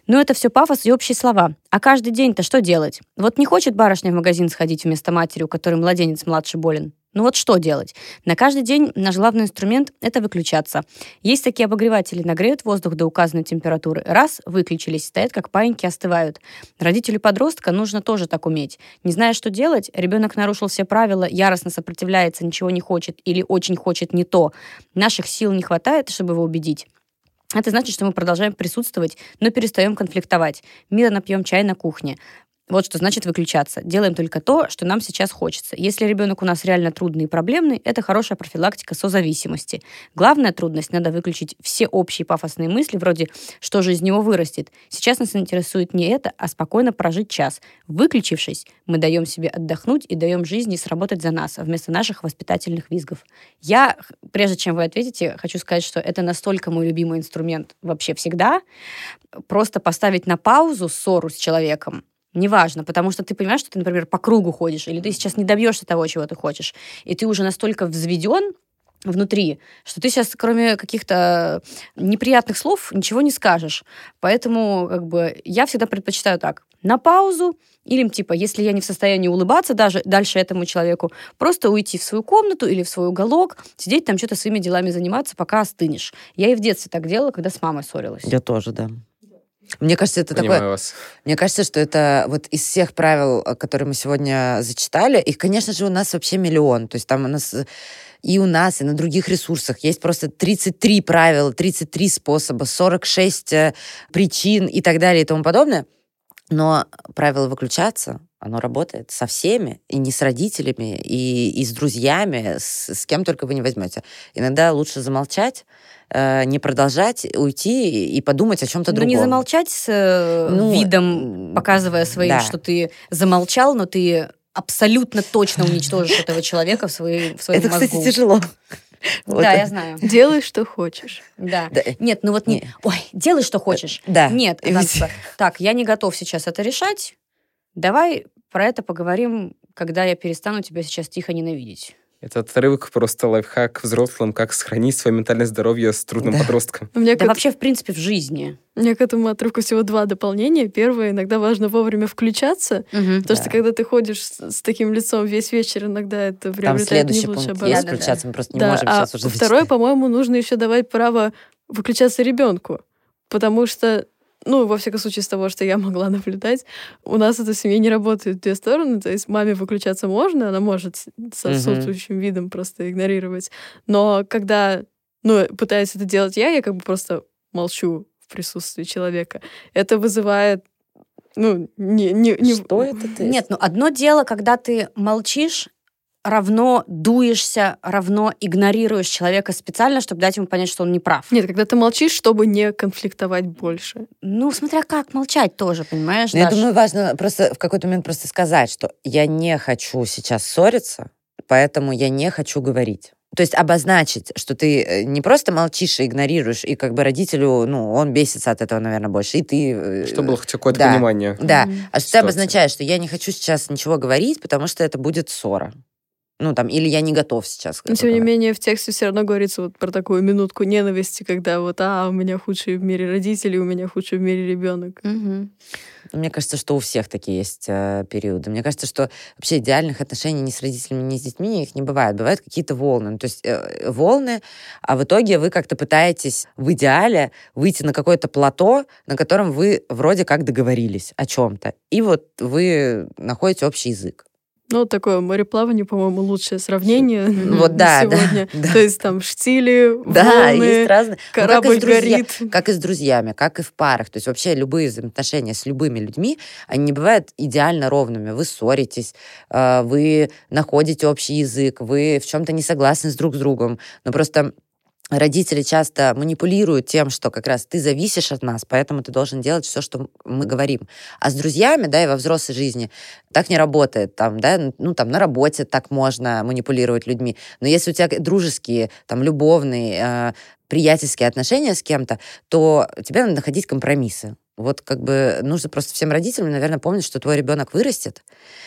Но это все пафос и общие слова. А каждый день-то что делать? Вот не хочет барышня в магазин сходить вместо матери, у которой младенец младше болен. Ну вот что делать? На каждый день наш главный инструмент — это выключаться. Есть такие обогреватели, нагреют воздух до указанной температуры. Раз, выключились, стоят как паиньки, остывают. Родителю подростка нужно тоже так уметь. Не зная, что делать, ребенок нарушил все правила, яростно сопротивляется, ничего не хочет или очень хочет не то. Наших сил не хватает, чтобы его убедить. Это значит, что мы продолжаем присутствовать, но перестаем конфликтовать. Мирно пьем чай на кухне. Вот что значит выключаться. Делаем только то, что нам сейчас хочется. Если ребенок у нас реально трудный и проблемный, это хорошая профилактика созависимости. Главная трудность — надо выключить все общие пафосные мысли, вроде «что же из него вырастет?». Сейчас нас интересует не это, а спокойно прожить час. Выключившись, мы даем себе отдохнуть и даем жизни сработать за нас, вместо наших воспитательных визгов. Я, прежде чем вы ответите, хочу сказать, что это настолько мой любимый инструмент вообще всегда. Просто поставить на паузу ссору с человеком, неважно, потому что ты понимаешь, что ты, например, по кругу ходишь, или ты сейчас не добьешься того, чего ты хочешь, и ты уже настолько взведен внутри, что ты сейчас, кроме каких-то неприятных слов, ничего не скажешь. Поэтому я всегда предпочитаю так: на паузу, или типа, если я не в состоянии улыбаться даже дальше этому человеку, просто уйти в свою комнату или в свой уголок, сидеть там, что-то своими делами заниматься, пока остынешь. Я и в детстве так делала, когда с мамой ссорилась. Я тоже, да. Мне кажется, это Понимаю такое... вас. Мне кажется, что это вот из всех правил, которые мы сегодня зачитали, их, конечно же, у нас вообще миллион. То есть там у нас и на других ресурсах есть просто 33 правила, 33 способа, 46 причин и так далее и тому подобное. Но правило выключаться, оно работает со всеми, и не с родителями, и с друзьями, с кем только вы не возьмете. Иногда лучше замолчать, не продолжать, уйти и подумать о чем-то другом. Не замолчать с видом, показывая своим, что ты замолчал, но ты абсолютно точно уничтожишь этого человека в своем мозгу. Это, кстати, тяжело. Да, я знаю. Делай, что хочешь. Да. Нет, не... Ой, делай, что хочешь. Да. Нет, так, я не готов сейчас это решать. Давай про это поговорим, когда я перестану тебя сейчас тихо ненавидеть. Этот отрывок просто лайфхак взрослым, как сохранить свое ментальное здоровье с трудным подростком. Вообще, в принципе, в жизни. У меня к этому отрывку всего 2 дополнения. Первое, иногда важно вовремя включаться, потому что когда ты ходишь с таким лицом весь вечер, иногда это приобретает не лучший оборот. Есть включаться, мы просто не можем сейчас уже. Второе, по-моему, нужно еще давать право выключаться ребенку, потому что во всяком случае, с того, что я могла наблюдать, у нас это в семье не работает в 2 стороны. То есть маме выключаться можно, она может с отсутствующим видом просто игнорировать. Но когда пытаюсь это делать я просто молчу в присутствии человека. Это вызывает... Что это ты? Нет, одно дело, когда ты молчишь, равно дуешься, равно игнорируешь человека специально, чтобы дать ему понять, что он не прав. Нет, когда ты молчишь, чтобы не конфликтовать больше. Смотря как молчать тоже, понимаешь, Я думаю, важно просто в какой-то момент просто сказать, что я не хочу сейчас ссориться, поэтому я не хочу говорить. То есть обозначить, что ты не просто молчишь и игнорируешь, и родителю, он бесится от этого, наверное, больше, и ты... Чтобы было хоть какое-то понимание. Да, а что ты обозначаешь, что я не хочу сейчас ничего говорить, потому что это будет ссора. Или я не готов сейчас. Но, тем не менее, в тексте все равно говорится про такую минутку ненависти, когда у меня худшие в мире родители, у меня худший в мире ребенок. Мне кажется, что у всех такие есть периоды. Мне кажется, что вообще идеальных отношений ни с родителями, ни с детьми их не бывает. Бывают какие-то волны. То есть волны, а в итоге вы как-то пытаетесь в идеале выйти на какое-то плато, на котором вы вроде как договорились о чем-то. И вот вы находите общий язык. Такое мореплавание, по-моему, лучшее сравнение сегодня. Да. То есть там штили, волны, есть разные. Корабль горит. Как и с друзьями, как и в парах. То есть вообще любые взаимоотношения с любыми людьми, они не бывают идеально ровными. Вы ссоритесь, вы находите общий язык, вы в чем-то не согласны друг с другом. Но просто родители часто манипулируют тем, что как раз ты зависишь от нас, поэтому ты должен делать все, что мы говорим. А с друзьями, и во взрослой жизни так не работает. На работе так можно манипулировать людьми. Но если у тебя дружеские, любовные, приятельские отношения с кем-то, то тебе надо находить компромиссы. Нужно просто всем родителям, наверное, помнить, что твой ребенок вырастет,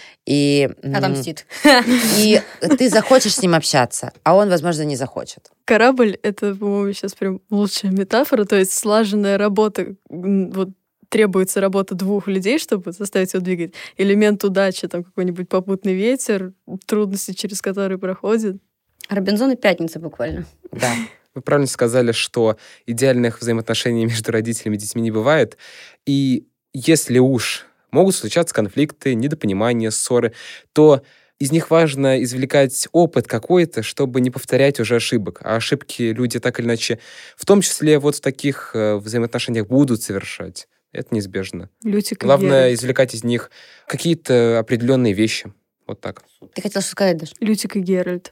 и отомстит. И ты захочешь с ним общаться, а он, возможно, не захочет. Корабль — это, по-моему, сейчас прям лучшая метафора, то есть слаженная работа требуется работа двух людей, чтобы заставить его двигать. Элемент удачи, там какой-нибудь попутный ветер, трудности, через которые проходит. Робинзон и пятница буквально. Да. Вы правильно сказали, что идеальных взаимоотношений между родителями и детьми не бывает. И если уж могут случаться конфликты, недопонимания, ссоры, то из них важно извлекать опыт какой-то, чтобы не повторять уже ошибок. А ошибки люди так или иначе, в том числе вот в таких взаимоотношениях, будут совершать. Это неизбежно. Лютик и Главное Геральт. извлекать из них какие-то определенные вещи. Вот так. Ты хотела что сказать, Даша? Лютик и Геральт.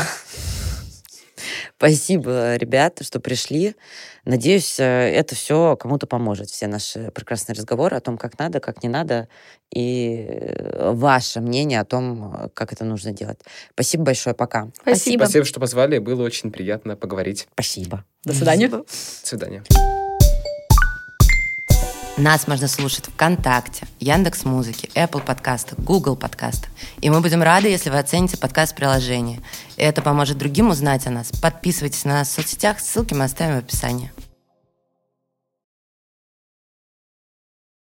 Спасибо, ребята, что пришли. Надеюсь, это все кому-то поможет. Все наши прекрасные разговоры о том, как надо, как не надо, и ваше мнение о том, как это нужно делать. Спасибо большое. Пока. Спасибо. Спасибо, что позвали. Было очень приятно поговорить. Спасибо. До свидания. До свидания. Нас можно слушать ВКонтакте, Яндекс.Музыке, Apple подкастах, Google подкастах. И мы будем рады, если вы оцените подкаст в приложении. Это поможет другим узнать о нас. Подписывайтесь на нас в соцсетях, ссылки мы оставим в описании.